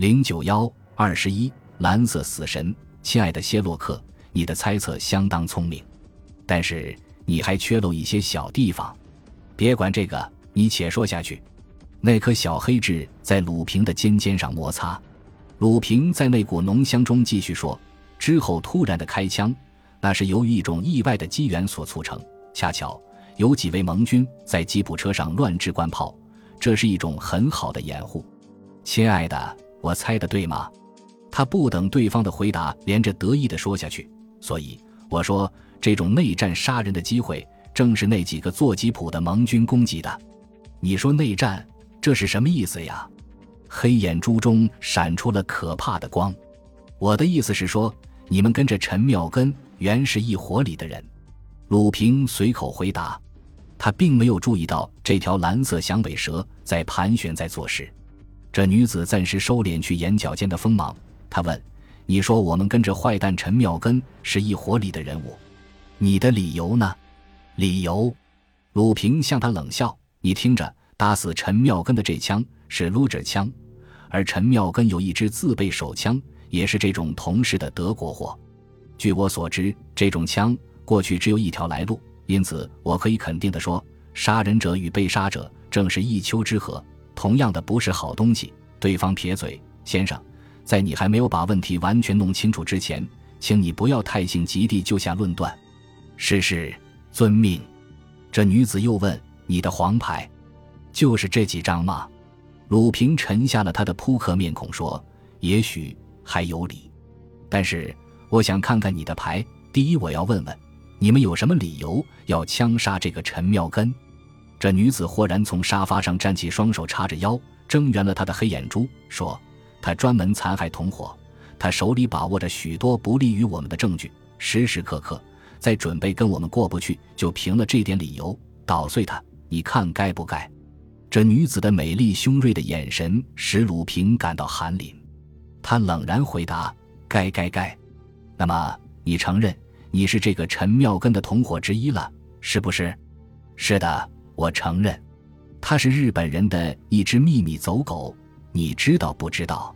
091221蓝色死神。亲爱的谢洛克，你的猜测相当聪明，但是你还缺漏一些小地方。别管这个，你且说下去。那颗小黑痣在鲁平的肩上摩擦。鲁平在那股浓香中继续说，之后突然的开枪，那是由于一种意外的机缘所促成，恰巧有几位盟军在吉普车上乱掷灌炮，这是一种很好的掩护。亲爱的，我猜得对吗？他不等对方的回答，连着得意地说下去。所以我说，这种内战杀人的机会正是那几个坐吉普的盟军攻击的。你说内战，这是什么意思呀？黑眼珠中闪出了可怕的光。我的意思是说，你们跟着陈妙根原是一伙里的人。鲁平随口回答，他并没有注意到这条蓝色响尾蛇在盘旋在做事。这女子暂时收敛去眼角间的锋芒，她问，你说我们跟着坏蛋陈妙根是一伙里的人物，你的理由呢？理由？鲁平向他冷笑，你听着，打死陈妙根的这枪是撸着枪，而陈妙根有一支自备手枪，也是这种同式的德国货。据我所知，这种枪过去只有一条来路，因此我可以肯定地说，杀人者与被杀者正是一丘之貉，同样的不是好东西。对方撇嘴，先生，在你还没有把问题完全弄清楚之前，请你不要太性急地就下论断。是，遵命。这女子又问，你的黄牌就是这几张吗？鲁平沉下了他的扑克面孔说，也许还有理，但是我想看看你的牌。第一，我要问问你们有什么理由要枪杀这个陈妙根。这女子豁然从沙发上站起，双手叉着腰，睁圆了她的黑眼珠，说，他专门残害同伙，他手里把握着许多不利于我们的证据，时时刻刻在准备跟我们过不去，就凭了这点理由捣碎他，你看该不该？这女子的美丽凶锐的眼神使鲁平感到寒凛，他冷然回答，该。那么你承认你是这个陈妙根的同伙之一了，是不是？是的，我承认。他是日本人的一只秘密走狗，你知道不知道？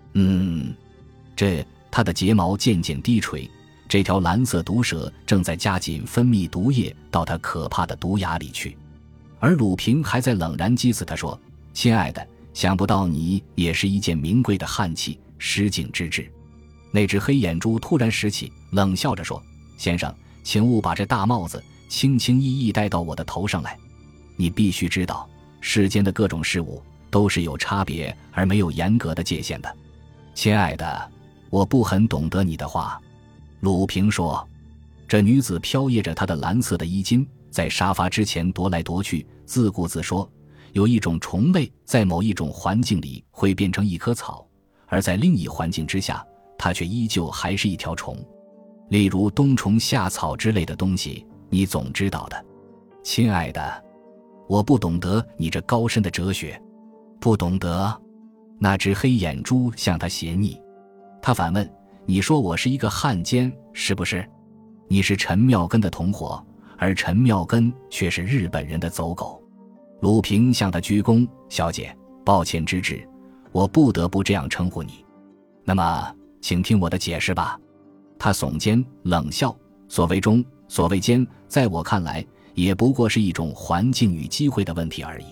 他的睫毛渐渐低垂，这条蓝色毒蛇正在加紧分泌毒液到他可怕的毒牙里去。而鲁平还在冷然击刺他说，亲爱的，想不到你也是一件名贵的悍器，失敬之至。那只黑眼珠突然拾起，冷笑着说，先生，请勿把这大帽子轻轻易易戴到我的头上来。你必须知道，世间的各种事物都是有差别而没有严格的界限的。亲爱的，我不很懂得你的话。鲁平说。这女子飘曳着她的蓝色的衣襟，在沙发之前踱来踱去，自顾自说，有一种虫类在某一种环境里会变成一棵草，而在另一环境之下，它却依旧还是一条虫。例如冬虫夏草之类的东西，你总知道的。亲爱的，我不懂得你这高深的哲学。不懂得？那只黑眼珠向他斜睨。他反问，你说我是一个汉奸，是不是？你是陈妙根的同伙，而陈妙根却是日本人的走狗。鲁平向他鞠躬，小姐，抱歉之至，我不得不这样称呼你。那么请听我的解释吧。他耸肩冷笑，所谓中，所谓奸，在我看来也不过是一种环境与机会的问题而已。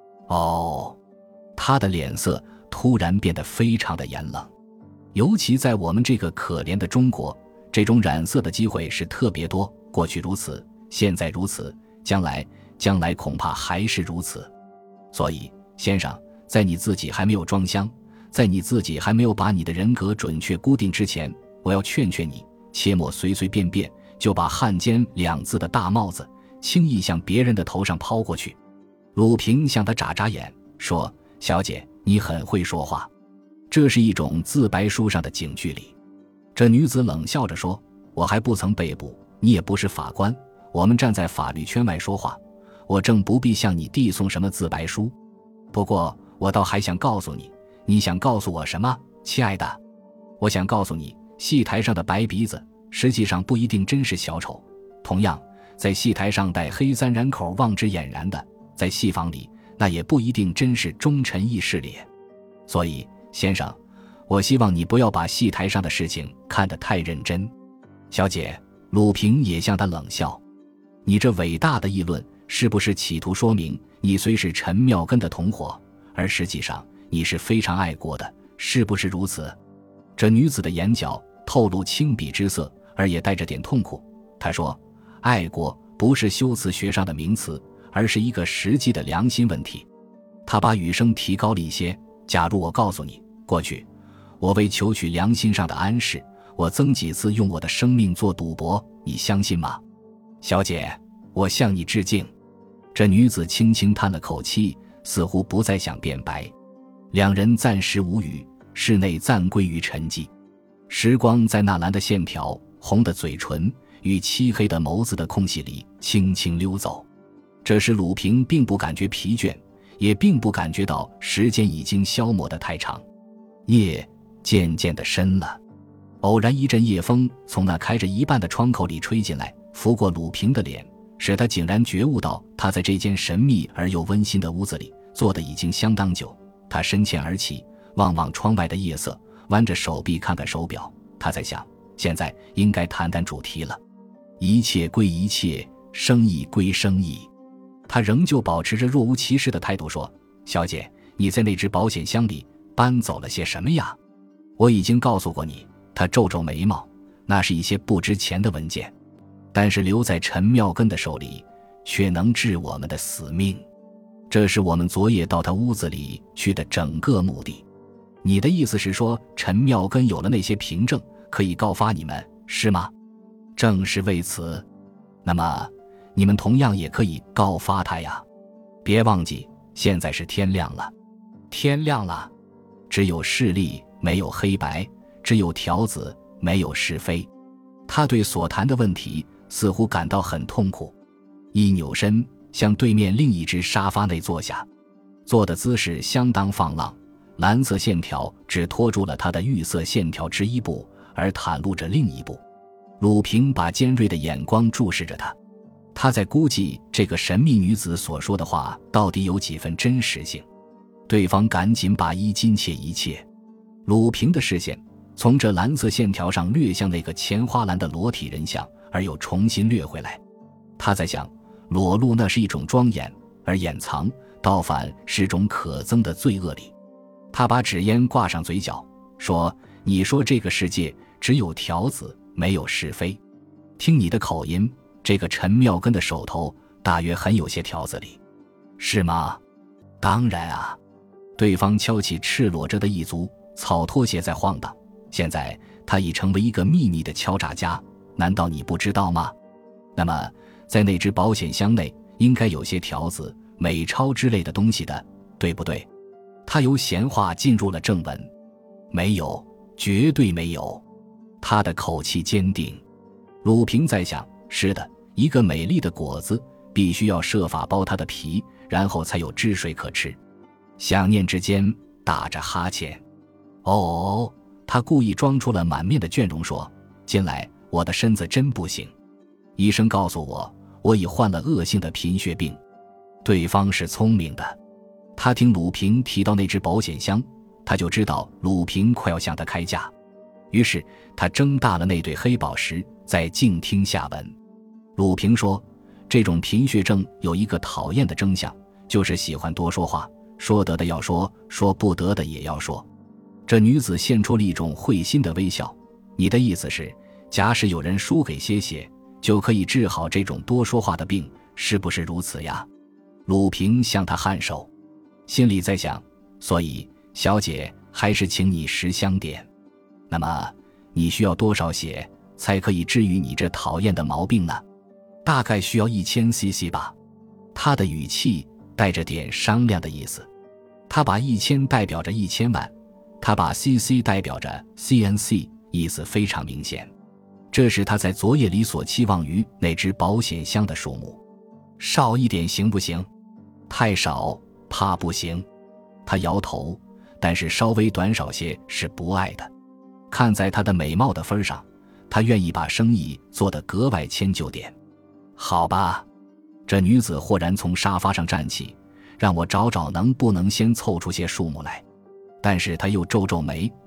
他的脸色突然变得非常的严冷。尤其在我们这个可怜的中国，这种染色的机会是特别多，过去如此，现在如此，将来恐怕还是如此。所以先生，在你自己还没有装箱，在你自己还没有把你的人格准确固定之前，我要劝你，切莫随随便便就把汉奸两字的大帽子轻易向别人的头上抛过去。鲁平向他眨眨眼，说，小姐，你很会说话，这是一种自白书上的警句里。这女子冷笑着说，我还不曾被捕，你也不是法官，我们站在法律圈外说话，我正不必向你递送什么自白书。不过我倒还想告诉你，你想告诉我什么，亲爱的？我想告诉你，戏台上的白鼻子实际上不一定真是小丑，同样在戏台上戴黑三染口望之俨然的，在戏房里那也不一定真是忠臣义士咧。所以先生， 我希望你不要把戏台上的事情看得太认真。小姐，鲁平也向他冷笑，你这伟大的议论是不是企图说明你虽是陈妙根的同伙，而实际上你是非常爱国的，是不是如此？这女子的眼角透露轻鄙之色，而也带着点痛苦。她说，爱国不是修辞学上的名词，而是一个实际的良心问题。她把语声提高了一些，假如我告诉你，过去我为求取良心上的安适，我曾几次用我的生命做赌博，你相信吗？小姐，我向你致敬。这女子轻轻叹了口气，似乎不再想辩白。两人暂时无语，室内暂归于沉寂。时光在纳兰的线条、红的嘴唇与漆黑的眸子的空隙里轻轻溜走。这时鲁平并不感觉疲倦，也并不感觉到时间已经消磨得太长。夜渐渐地深了，偶然一阵夜风从那开着一半的窗口里吹进来，拂过鲁平的脸，使他竟然觉悟到他在这间神秘而又温馨的屋子里坐得已经相当久。他深欠而起，望望窗外的夜色，弯着手臂看看手表。他在想，现在应该谈谈主题了。一切归一切，生意归生意。他仍旧保持着若无其事的态度说，小姐，你在那只保险箱里搬走了些什么呀？我已经告诉过你。他皱皱眉毛，那是一些不值钱的文件，但是留在陈妙根的手里却能治我们的死命。这是我们昨夜到他屋子里去的整个目的。你的意思是说，陈妙根有了那些凭证，可以告发你们，是吗？正是为此。那么你们同样也可以告发他呀。别忘记，现在是天亮了。天亮了，只有势力，没有黑白，只有条子，没有是非。他对所谈的问题似乎感到很痛苦，一扭身向对面另一只沙发内坐下，坐的姿势相当放浪，蓝色线条只拖住了他的玉色线条之一部，而袒露着另一部。鲁平把尖锐的眼光注视着他，他在估计这个神秘女子所说的话到底有几分真实性。对方赶紧把衣襟切一切，鲁平的视线从这蓝色线条上掠向那个钱花蓝的裸体人像，而又重新掠回来。他在想，裸露那是一种庄严，而掩藏倒反是种可憎的罪恶力。他把纸烟挂上嘴角，说，你说这个世界只有条子，没有是非。听你的口音，这个陈妙根的手头大约很有些条子里，是吗？当然啊。对方敲起赤裸着的一足草拖鞋在晃荡，现在他已成为一个秘密的敲诈家，难道你不知道吗？那么在那只保险箱内应该有些条子、美钞之类的东西的，对不对？他由闲话进入了正文。没有，绝对没有。他的口气坚定。鲁平在想，是的，一个美丽的果子必须要设法剥它的皮，然后才有汁水可吃。想念之间打着哈欠。哦，他故意装出了满面的倦容说，近来我的身子真不行，医生告诉我，我已患了恶性的贫血病。对方是聪明的，他听鲁平提到那只保险箱，他就知道鲁平快要向他开价，于是他睁大了那对黑宝石，在静听下文。鲁平说，这种贫血症有一个讨厌的征象，就是喜欢多说话，说得的要说，说不得的也要说。这女子现出了一种会心的微笑，你的意思是，假使有人输给些血，就可以治好这种多说话的病，是不是如此呀？鲁平向他颔首，心里在想，所以小姐还是请你识香点。那么你需要多少血才可以治愈你这讨厌的毛病呢？大概需要1000 cc 吧。他的语气带着点商量的意思，他把1000代表着1000万，他把 cc 代表着 cnc， 意思非常明显。这是他在昨夜里所期望于那只保险箱的数目。少一点行不行？太少怕不行。他摇头，但是稍微短少些是不爱的。看在他的美貌的分上，他愿意把生意做得格外迁就点。好吧。这女子豁然从沙发上站起，让我找找能不能先凑出些数目来。但是她又皱皱眉，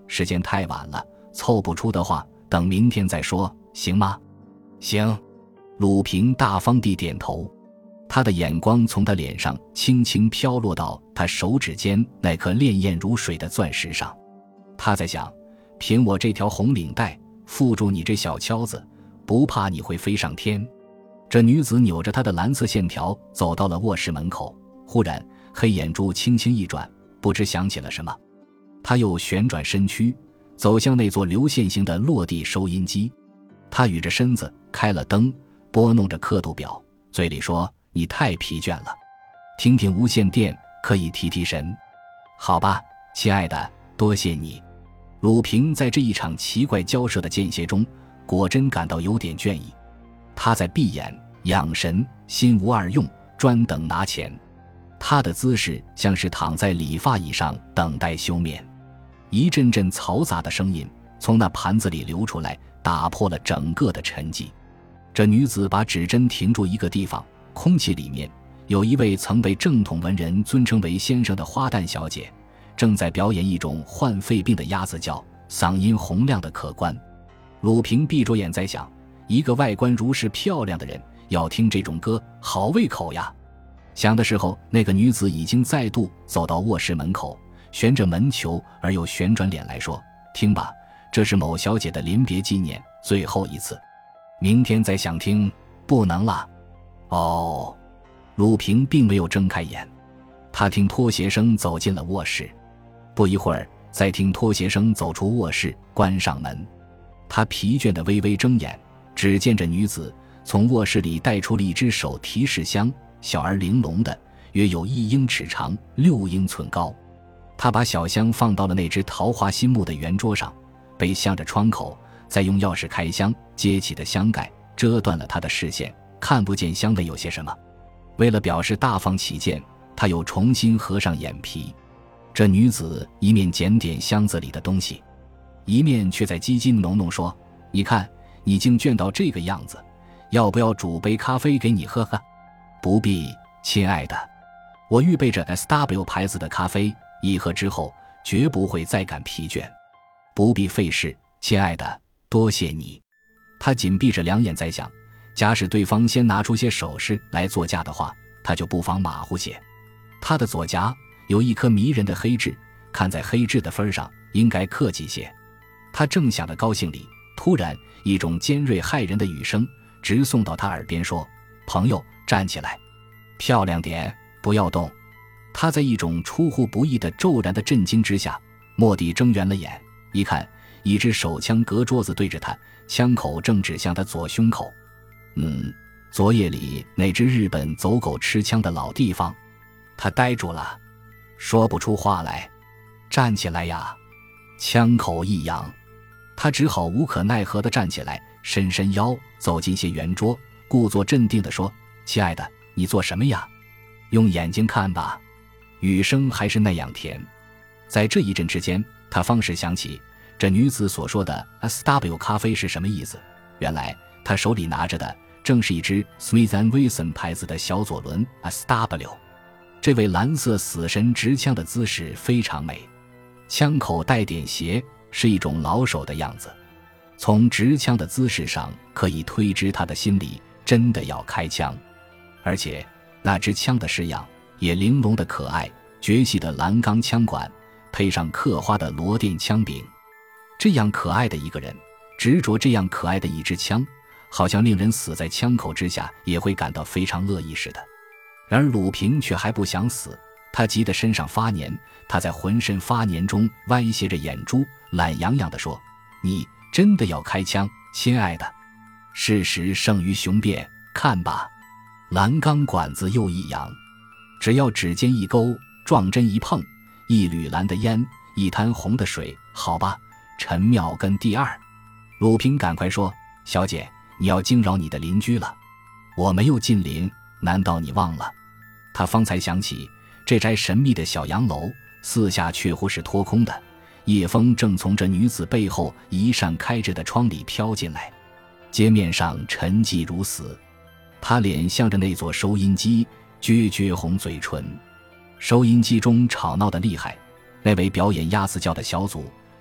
时间太晚了，凑不出的话，等明天再说，行吗？行。鲁平大方地点头，他的眼光从他脸上轻轻飘落到他手指间那颗潋滟如水的钻石上。他在想，凭我这条红领带缚住你这小敲子，不怕你会飞上天。这女子扭着她的蓝色线条走到了卧室门口，忽然黑眼珠轻轻一转，不知想起了什么。她又旋转身躯，走向那座流线型的落地收音机。她倚着身子开了灯，拨弄着刻度表，嘴里说：你太疲倦了，听听无线电可以提提神。好吧，亲爱的，多谢你。鲁平在这一场奇怪交涉的间歇中，果真感到有点倦意。他在闭眼养神，心无二用，专等拿钱。他的姿势像是躺在理发椅上等待休眠。一阵阵嘈杂的声音从那盘子里流出来，打破了整个的沉寂。这女子把指针停住一个地方，空气里面有一位曾被正统文人尊称为先生的花旦小姐，正在表演一种患肺病的鸭子叫，嗓音洪亮的可观。鲁平闭着眼在想，一个外观如是漂亮的人要听这种歌，好胃口呀。想的时候，那个女子已经再度走到卧室门口，旋着门球而又旋转脸来说：听吧，这是某小姐的临别纪念，最后一次，明天再想听不能了。哦，鲁平并没有睁开眼，他听拖鞋声走进了卧室，不一会儿再听拖鞋声走出卧室，关上门。他疲倦地微微睁眼，只见这女子从卧室里带出了一只手提式香，小而玲珑的，约有1英尺长，6英寸高。他把小香放到了那只桃花心木的圆桌上，背向着窗口，再用钥匙开箱，揭起的香盖遮断了他的视线，看不见香内有些什么。为了表示大方起见，他又重新合上眼皮。这女子一面检点箱子里的东西，一面却在津津浓浓说：你看，你竟倦到这个样子，要不要煮杯咖啡给你喝喝？不必，亲爱的，我预备着 SW 牌子的咖啡，一喝之后绝不会再感疲倦。不必费事，亲爱的，多谢你。他紧闭着两眼在想，假使对方先拿出些首饰来作价的话，他就不妨马虎些。他的左颊有一颗迷人的黑痣，看在黑痣的分上，应该客气些。他正想的高兴里，突然一种尖锐骇人的语声直送到他耳边说：朋友，站起来，漂亮点，不要动。他在一种出乎不意的骤然的震惊之下，蓦地睁圆了眼，一看，一支手枪隔桌子对着他，枪口正指向他左胸口。昨夜里那只日本走狗吃枪的老地方。他呆住了，说不出话来。站起来呀！枪口一扬，他只好无可奈何地站起来，伸伸腰，走进些圆桌，故作镇定地说：亲爱的，你做什么呀？用眼睛看吧。语声还是那样甜。在这一阵之间，他方是想起这女子所说的 SW 咖啡是什么意思。原来他手里拿着的正是一只 Smith & Wesson 牌子的小左轮 SW。 这位蓝色死神执枪的姿势非常美，枪口带点斜，是一种老手的样子。从执枪的姿势上可以推知他的心里真的要开枪，而且那支枪的式样也玲珑的可爱，绝细的蓝钢枪管配上刻花的螺钿枪柄。这样可爱的一个人，执着这样可爱的一支枪，好像令人死在枪口之下也会感到非常乐意似的。然而鲁平却还不想死，他急得身上发黏，他在浑身发黏中歪斜着眼珠，懒洋洋地说：你真的要开枪，亲爱的？事实胜于雄辩，看吧。蓝钢管子又一扬，只要指尖一勾，撞针一碰，一缕蓝的烟，一滩红的水，好吧，陈妙根第二。鲁平赶快说：小姐，你要惊扰你的邻居了。我没有近邻，难道你忘了？他方才想起这宅神秘的小洋楼四下却乎是脱空的，夜风正从这女子背后一扇开着的窗里飘进来，街面上沉寂如死。他脸向着那座收音机，撅撅红嘴唇。收音机中吵闹的厉害，那位表演鸭子叫的小组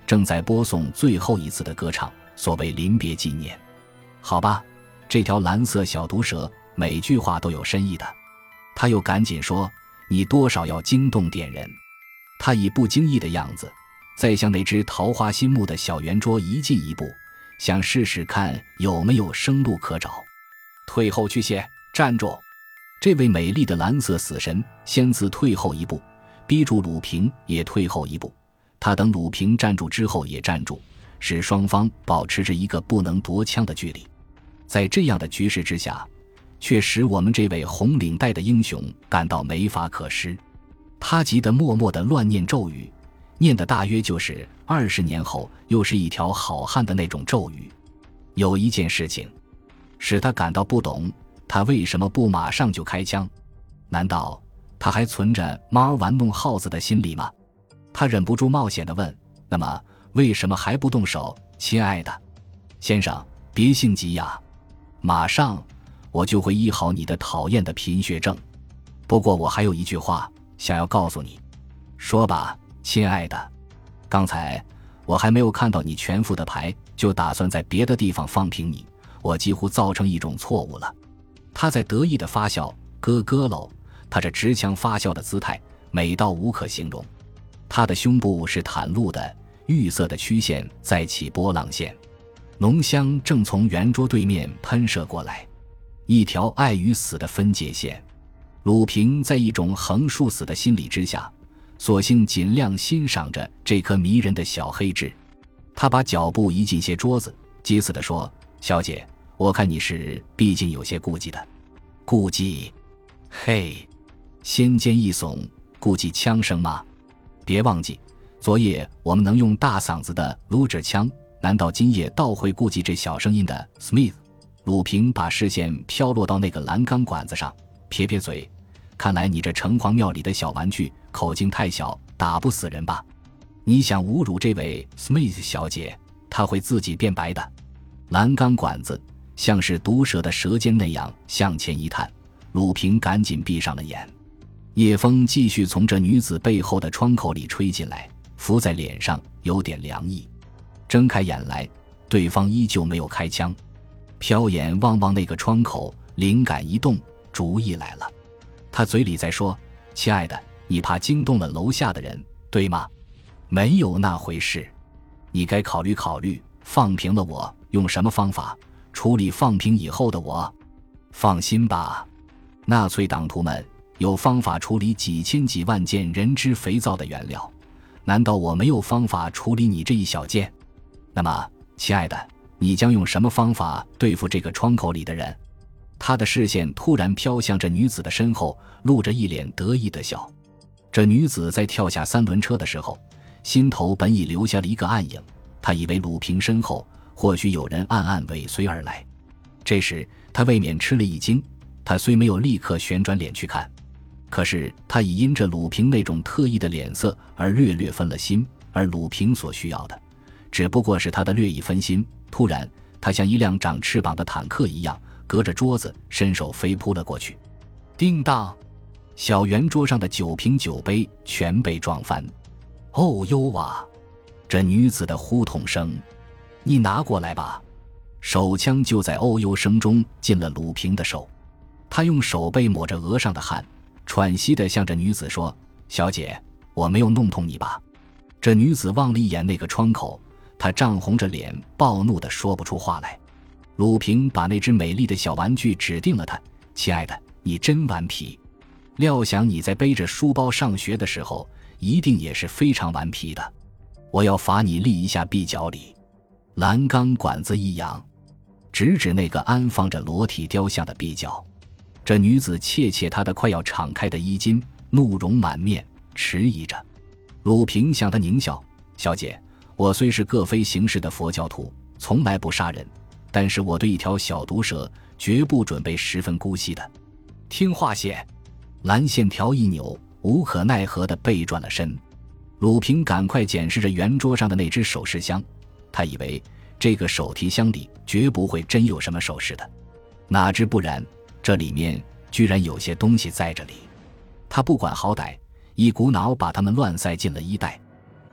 正在播送最后一次的歌唱，所谓临别纪念。好吧，这条蓝色小毒蛇每句话都有深意的。他又赶紧说，你多少要惊动点人。他以不经意的样子再向那只桃花心木的小圆桌移近一步，想试试看有没有生路可找。退后去些，站住！这位美丽的蓝色死神先自退后一步，逼住鲁平也退后一步。他等鲁平站住之后也站住，使双方保持着一个不能夺枪的距离。在这样的局势之下，却使我们这位红领带的英雄感到没法可施。他急得默默地乱念咒语，念的大约就是20年后又是一条好汉的那种咒语。有一件事情使他感到不懂，他为什么不马上就开枪？难道他还存着猫玩弄耗子的心理吗？他忍不住冒险地问，那么为什么还不动手？亲爱的先生，别性急呀，马上我就会医好你的讨厌的贫血症。不过我还有一句话想要告诉你。说吧，亲爱的。刚才我还没有看到你全副的牌，就打算在别的地方放平你，我几乎造成一种错误了。他在得意的发笑，咯咯喽，他这持枪发笑的姿态美到无可形容。他的胸部是袒露的，玉色的曲线在起波浪线，浓香正从圆桌对面喷射过来，一条爱与死的分界线。鲁平在一种横竖死的心理之下，索性尽量欣赏着这颗迷人的小黑痣。他把脚步移近些桌子，急似地说，小姐，我看你是毕竟有些顾忌的。顾忌？嘿，先肩一耸，顾忌枪声吗？别忘记，昨夜我们能用大嗓子的 Luger 枪，难道今夜倒会顾忌这小声音的 Smith？ 鲁平把视线飘落到那个栏杆管子上，撇撇嘴，看来你这城隍庙里的小玩具口径太小，打不死人吧？你想侮辱这位 Smith 小姐，她会自己变白的。栏杆管子像是毒蛇的舌尖那样向前一探，鲁平赶紧闭上了眼。夜风继续从这女子背后的窗口里吹进来，拂在脸上有点凉意。睁开眼来，对方依旧没有开枪。瞟眼望望那个窗口，灵感一动，主意来了。他嘴里在说，亲爱的，你怕惊动了楼下的人，对吗？没有那回事，你该考虑考虑，放平了我，用什么方法处理放平以后的我？放心吧，纳粹党徒们有方法处理几千几万件人脂肥皂的原料，难道我没有方法处理你这一小件？那么，亲爱的，你将用什么方法对付这个窗口里的人？他的视线突然飘向这女子的身后，露着一脸得意的笑。这女子在跳下三轮车的时候，心头本已留下了一个暗影，她以为鲁平身后或许有人暗暗尾随而来。这时她未免吃了一惊，她虽没有立刻旋转脸去看，可是她已因着鲁平那种特异的脸色而略略分了心，而鲁平所需要的只不过是他的略一分心。突然他像一辆长翅膀的坦克一样，隔着桌子伸手飞扑了过去。叮当，小圆桌上的酒瓶酒杯全被撞翻。哦呦啊，这女子的呼痛声，你拿过来吧。手枪就在哦呦声中进了鲁平的手。他用手背抹着额上的汗，喘息地向着女子说，小姐，我没有弄痛你吧？这女子望了一眼那个窗口，她涨红着脸，暴怒地说不出话来。鲁平把那只美丽的小玩具指定了她，亲爱的，你真顽皮。料想你在背着书包上学的时候，一定也是非常顽皮的。我要罚你立一下臂脚里。栏杆管子一扬，直指那个安放着裸体雕像的臂脚。这女子窃窃她的快要敞开的衣襟，怒容满面，迟疑着。鲁平向她狞笑，小姐，我虽是各非行事的佛教徒，从来不杀人，但是我对一条小毒蛇绝不准备十分姑息的。听话些。蓝线条一扭，无可奈何地背转了身。鲁平赶快检视着圆桌上的那只首饰箱，他以为这个手提箱里绝不会真有什么首饰的，哪知不然，这里面居然有些东西在这里。他不管好歹，一股脑把它们乱塞进了衣袋。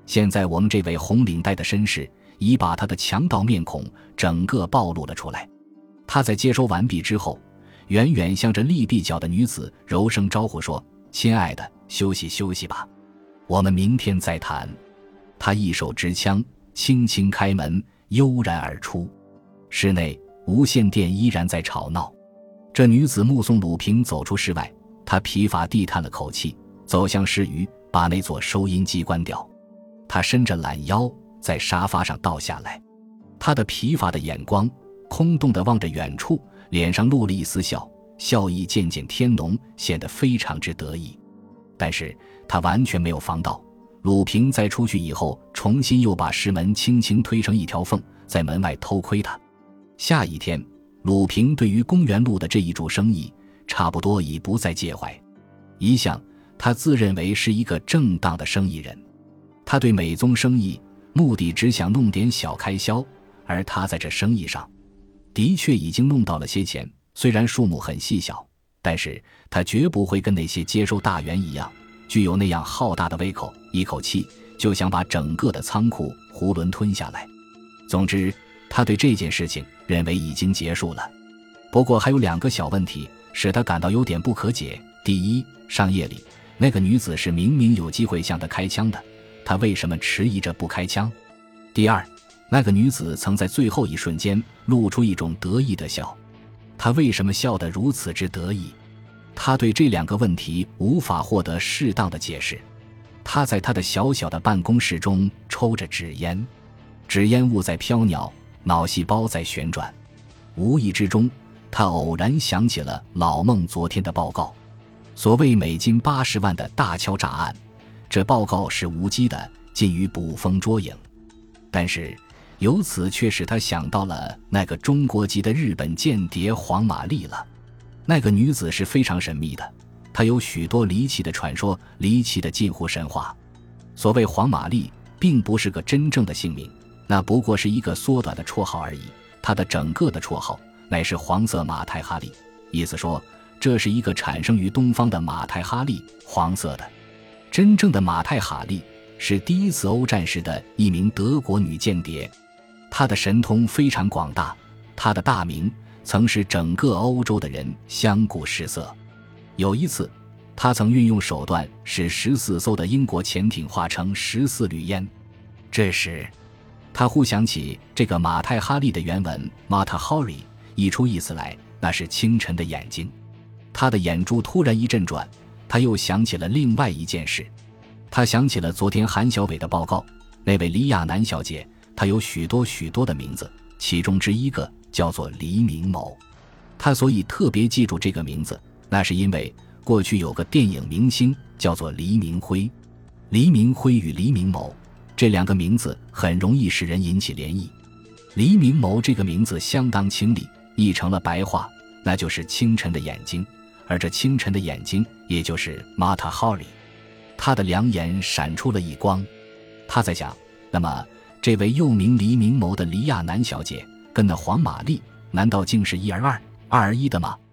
现在我们这位红领带的绅士已把他的强盗面孔整个暴露了出来。他在接收完毕之后，远远向着立壁角的女子柔声招呼说：亲爱的，休息休息吧，我们明天再谈。他一手执枪，轻轻开门，悠然而出。室内无线电依然在吵闹。这女子目送鲁平走出室外，她疲乏地叹了口气，走向室隅，把那座收音机关掉。她伸着懒腰，在沙发上倒下来。她的疲乏的眼光空洞地望着远处，脸上露了一丝笑，笑意渐渐天浓，显得非常之得意。但是她完全没有防到，鲁平在出去以后，重新又把石门轻轻推成一条缝，在门外偷窥她。下一天，鲁平对于公园路的这一主生意差不多已不再介怀。一向他自认为是一个正当的生意人，他对美宗生意目的只想弄点小开销，而他在这生意上的确已经弄到了些钱，虽然数目很细小，但是他绝不会跟那些接收大员一样，具有那样浩大的胃口，一口气就想把整个的仓库囫囵吞下来。总之，他对这件事情认为已经结束了。不过还有2个小问题使他感到有点不可解。第一，上夜里那个女子是明明有机会向他开枪的，他为什么迟疑着不开枪？第二，那个女子曾在最后一瞬间露出一种得意的笑，她为什么笑得如此之得意？他对这2个问题无法获得适当的解释。他在他的小小的办公室中抽着纸烟，纸烟雾在飘渺，脑细胞在旋转。无意之中，他偶然想起了老孟昨天的报告，所谓美金80万的大敲诈案，这报告是无稽的，近于捕风捉影。但是由此却使他想到了那个中国籍的日本间谍黄玛丽了。那个女子是非常神秘的，她有许多离奇的传说，离奇的近乎神话。所谓黄玛丽并不是个真正的姓名，那不过是一个缩短的绰号而已。她的整个的绰号乃是黄色马太哈利，意思说这是一个产生于东方的马太哈利，黄色的。真正的马太哈利是第一次欧战时的一名德国女间谍，她的神通非常广大，她的大名曾使整个欧洲的人相顾失色。有一次，她曾运用手段使14艘的英国潜艇化成14缕烟。这时他忽想起这个马太哈利的原文 Mata Hari， 一出意思来，那是清晨的眼睛。他的眼珠突然一阵转，他又想起了另外一件事。他想起了昨天韩小伟的报告，那位黎亚男小姐，她有许多许多的名字，其中之一个叫做黎明某。他所以特别记住这个名字，那是因为过去有个电影明星叫做黎明辉。黎明辉与黎明某这2个名字很容易使人引起涟漪。黎明谋这个名字相当清丽，译成了白话，那就是清晨的眼睛，而这清晨的眼睛也就是 Mata Hari。 他的两眼闪出了一光，他在想，那么这位又名黎明谋的黎亚男小姐跟那黄玛丽难道竟是1+2，2+1的吗？